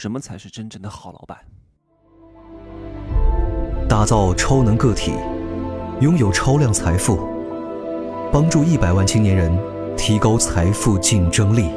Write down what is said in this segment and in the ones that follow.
什么才是真正的好老板？ 打造超能个体，拥有超量财富，帮助100万青年人提高财富竞争力。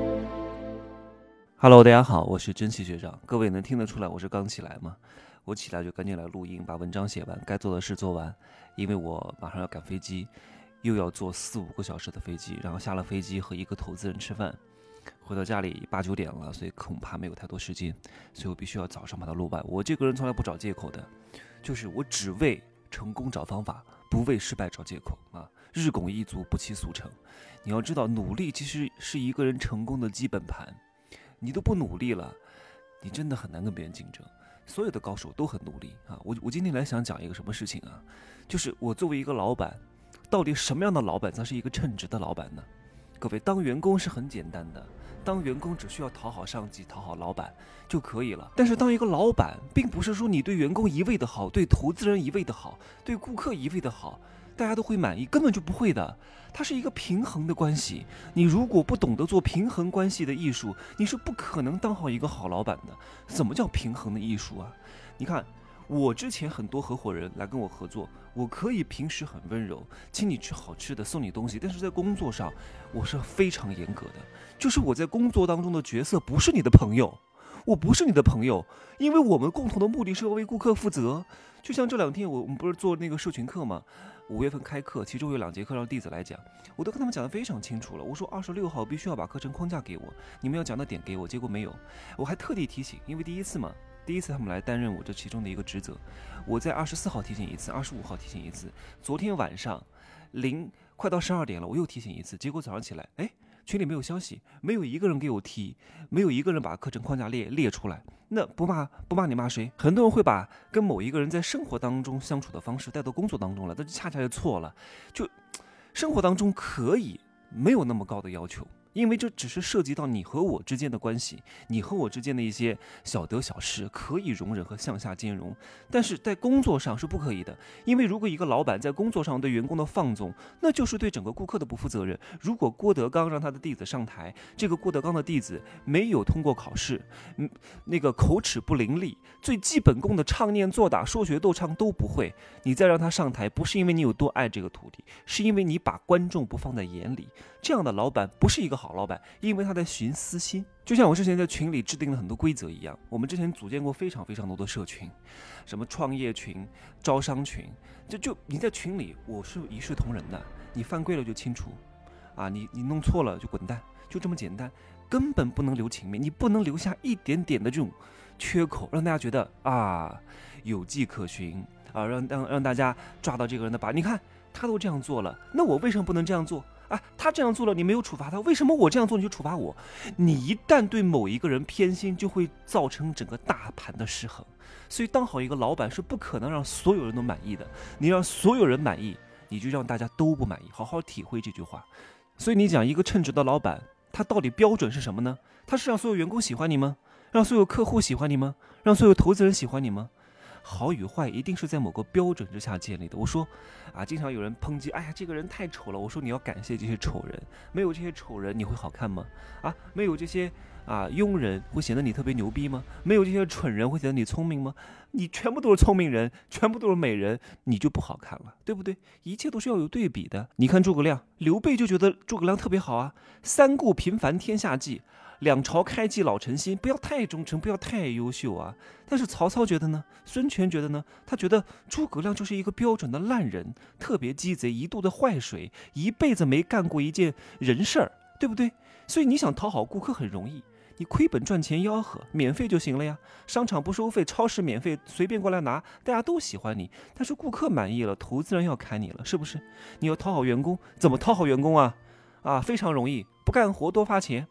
Hello， 大家好，我是真奇学长。各位能听得出来我是刚起来吗？我起来就赶紧来录音，把文章写完，该做的事做完，因为我马上要赶飞机，又要坐4-5个小时的飞机，然后下了飞机和一个投资人吃饭，回到家里8-9点了，所以恐怕没有太多时间，所以我必须要早上把它录完。我这个人从来不找借口的，就是我只为成功找方法，不为失败找借口啊！日拱一卒，不期速成。你要知道，努力其实是一个人成功的基本盘。你都不努力了，你真的很难跟别人竞争。所有的高手都很努力啊！我今天来想讲一个什么事情啊？就是我作为一个老板，到底什么样的老板才是一个称职的老板呢？各位，当员工是很简单的，当员工只需要讨好上级、讨好老板就可以了。但是当一个老板，并不是说你对员工一味的好，对投资人一味的好，对顾客一味的好，大家都会满意，根本就不会的。它是一个平衡的关系，你如果不懂得做平衡关系的艺术，你是不可能当好一个好老板的。什么叫平衡的艺术啊？你看，我之前很多合伙人来跟我合作，我可以平时很温柔，请你吃好吃的，送你东西，但是在工作上我是非常严格的，就是我在工作当中的角色不是你的朋友，我不是你的朋友，因为我们共同的目的是要为顾客负责。就像这2天我们不是做那个社群课吗？5月份开课，其中有2节课让弟子来讲，我都跟他们讲得非常清楚了。我说26号必须要把课程框架给我，你们要讲的点给我，结果没有。我还特地提醒，因为第一次他们来担任我这其中的一个职责，我在24号提醒一次，25号提醒一次，昨天晚上快到12点了，我又提醒一次，结果早上起来，群里没有消息，没有一个人给我提，没有一个人把课程框架列出来。那不骂你骂谁？很多人会把跟某一个人在生活当中相处的方式带到工作当中了，但是恰恰就错了。就生活当中可以没有那么高的要求，因为这只是涉及到你和我之间的关系，你和我之间的一些小得小失，可以容忍和向下兼容。但是在工作上是不可以的，因为如果一个老板在工作上对员工的放纵，那就是对整个顾客的不负责任。如果郭德纲让他的弟子上台，这个郭德纲的弟子没有通过考试，那个口齿不伶俐，最基本功的唱念做打说学逗唱都不会，你再让他上台，不是因为你有多爱这个徒弟，是因为你把观众不放在眼里。这样的老板不是一个好老板，因为他在寻私心。就像我之前在群里制定了很多规则一样，我们之前组建过非常非常多的社群，什么创业群、招商群，就你在群里，我是一视同仁的，你犯规了就清除啊，你弄错了就滚蛋，就这么简单，根本不能留情面，你不能留下一点点的这种缺口，让大家觉得有迹可循啊，让大家抓到这个人的把。你看他都这样做了，那我为什么不能这样做？他这样做了，你没有处罚他，为什么我这样做你就处罚我？你一旦对某一个人偏心，就会造成整个大盘的失衡。所以当好一个老板是不可能让所有人都满意的，你让所有人满意，你就让大家都不满意。好好体会这句话。所以你讲一个称职的老板，他到底标准是什么呢？他是让所有员工喜欢你吗？让所有客户喜欢你吗？让所有投资人喜欢你吗？好与坏一定是在某个标准之下建立的。我说经常有人抨击，这个人太丑了。我说你要感谢这些丑人，没有这些丑人你会好看吗？没有这些庸人会显得你特别牛逼吗？没有这些蠢人会显得你聪明吗？你全部都是聪明人，全部都是美人，你就不好看了，对不对？一切都是要有对比的。你看诸葛亮，刘备就觉得诸葛亮特别好啊，三顾平凡天下计，两朝开济老臣心，不要太忠诚，不要太优秀啊。但是曹操觉得呢？孙权觉得呢？他觉得诸葛亮就是一个标准的烂人，特别鸡贼，一肚的坏水，一辈子没干过一件人事儿，对不对？所以你想讨好顾客很容易，你亏本赚钱吆喝，免费就行了呀。商场不收费，超市免费，随便过来拿，大家都喜欢你。但是顾客满意了，投资人要砍你了，是不是？你要讨好员工，怎么讨好员工啊？非常容易，不干活多发钱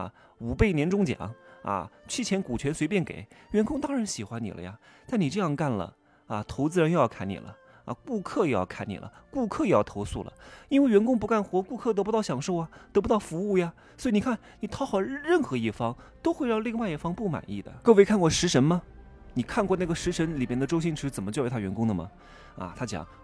5倍年终奖期前股权随便给，员工当然喜欢你了呀。但你这样干了投资人又要砍你了顾客也要砍你了，顾客也要投诉了，因为员工不干活，顾客得不到享受得不到服务呀。所以你看，你讨好任何一方，都会让另外一方不满意的。各位看过食神吗？你看过那个食神里边的周星驰怎么教育他员工的吗？他讲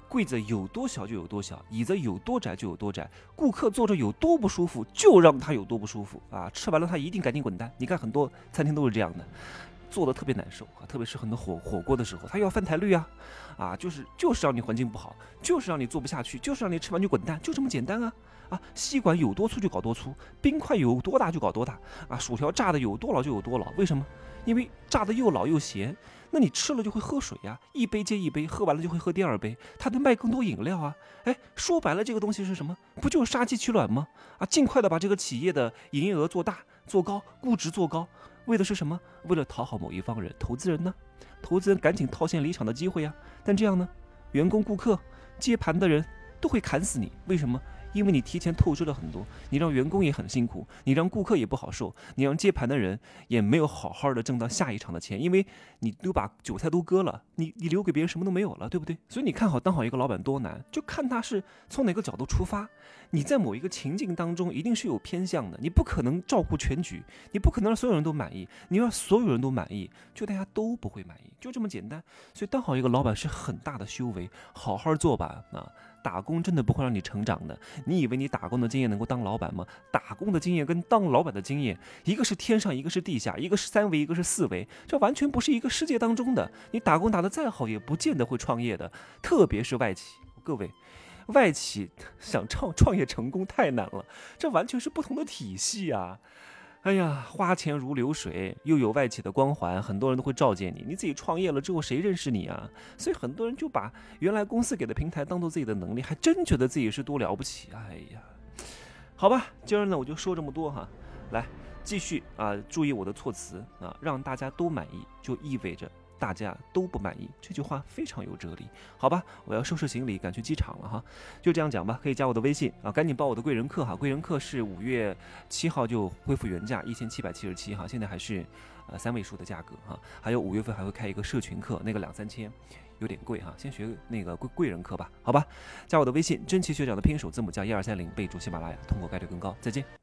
柜子有多小就有多小，椅子有多窄就有多窄，顾客坐着有多不舒服就让他有多不舒服啊！吃完了他一定赶紧滚蛋。你看很多餐厅都是这样的，做的特别难受啊，特别是很多火锅的时候，他要翻台率啊，就是让你环境不好，就是让你做不下去，就是让你吃完就滚蛋，就这么简单啊！吸管有多粗就搞多粗，冰块有多大就搞多大啊！薯条炸的有多老就有多老，为什么？因为炸的又老又咸，那你吃了就会喝水呀，一杯接一杯，喝完了就会喝第二杯，它能卖更多饮料啊！哎，说白了，这个东西是什么？不就是杀鸡取卵吗？啊，尽快的把这个企业的营业额做大、做高，估值做高，为的是什么？为了讨好某一方人，投资人呢？投资人赶紧套现离场的机会啊！但这样呢，员工、顾客、接盘的人都会砍死你，为什么？因为你提前透支了很多，你让员工也很辛苦，你让顾客也不好受，你让接盘的人也没有好好的挣到下一场的钱，因为你都把韭菜都割了，你留给别人什么都没有了，对不对？所以你看好当好一个老板多难，就看他是从哪个角度出发。你在某一个情境当中一定是有偏向的，你不可能照顾全局，你不可能让所有人都满意，你要所有人都满意，就大家都不会满意，就这么简单。所以当好一个老板是很大的修为，好好做吧啊！打工真的不会让你成长的。你以为你打工的经验能够当老板吗？打工的经验跟当老板的经验，一个是天上，一个是地下，一个是3维，一个是4维，这完全不是一个世界当中的。你打工打得再好，也不见得会创业的，特别是外企。各位，外企想创业成功太难了，这完全是不同的体系啊。哎呀，花钱如流水，又有外企的光环，很多人都会召见你。你自己创业了之后，谁认识你啊？所以很多人就把原来公司给的平台当做自己的能力，还真觉得自己是多了不起。哎呀，好吧，今儿呢我就说这么多哈。来，继续注意我的措辞啊，让大家都满意，就意味着大家都不满意，这句话非常有哲理，好吧？我要收拾行李赶去机场了哈，就这样讲吧。可以加我的微信啊，赶紧报我的贵人课哈。贵人课是5月7号就恢复原价1777哈，现在还是3位数的价格哈。还有5月份还会开一个社群课，那个2-3千，有点贵哈，先学那个贵人课吧，好吧？加我的微信，真奇学长的拼音首字母加1230，备注喜马拉雅，通过概率更高。再见。